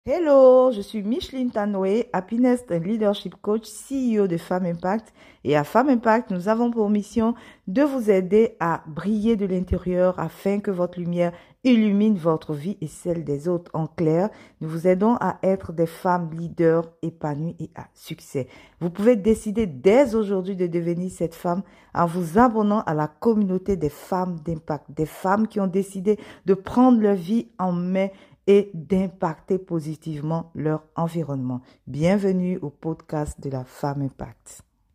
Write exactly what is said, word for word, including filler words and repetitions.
Hello, je suis Micheline Tanoé, Happiness and Leadership Coach, C E O de Femme Impact. Et à Femme Impact, nous avons pour mission de vous aider à briller de l'intérieur afin que votre lumière illumine votre vie et celle des autres. En clair, nous vous aidons à être des femmes leaders épanouies et à succès. Vous pouvez décider dès aujourd'hui de devenir cette femme en vous abonnant à la communauté des femmes d'impact, des femmes qui ont décidé de prendre leur vie en main et d'impacter positivement leur environnement. Bienvenue au podcast de la Femme Impact.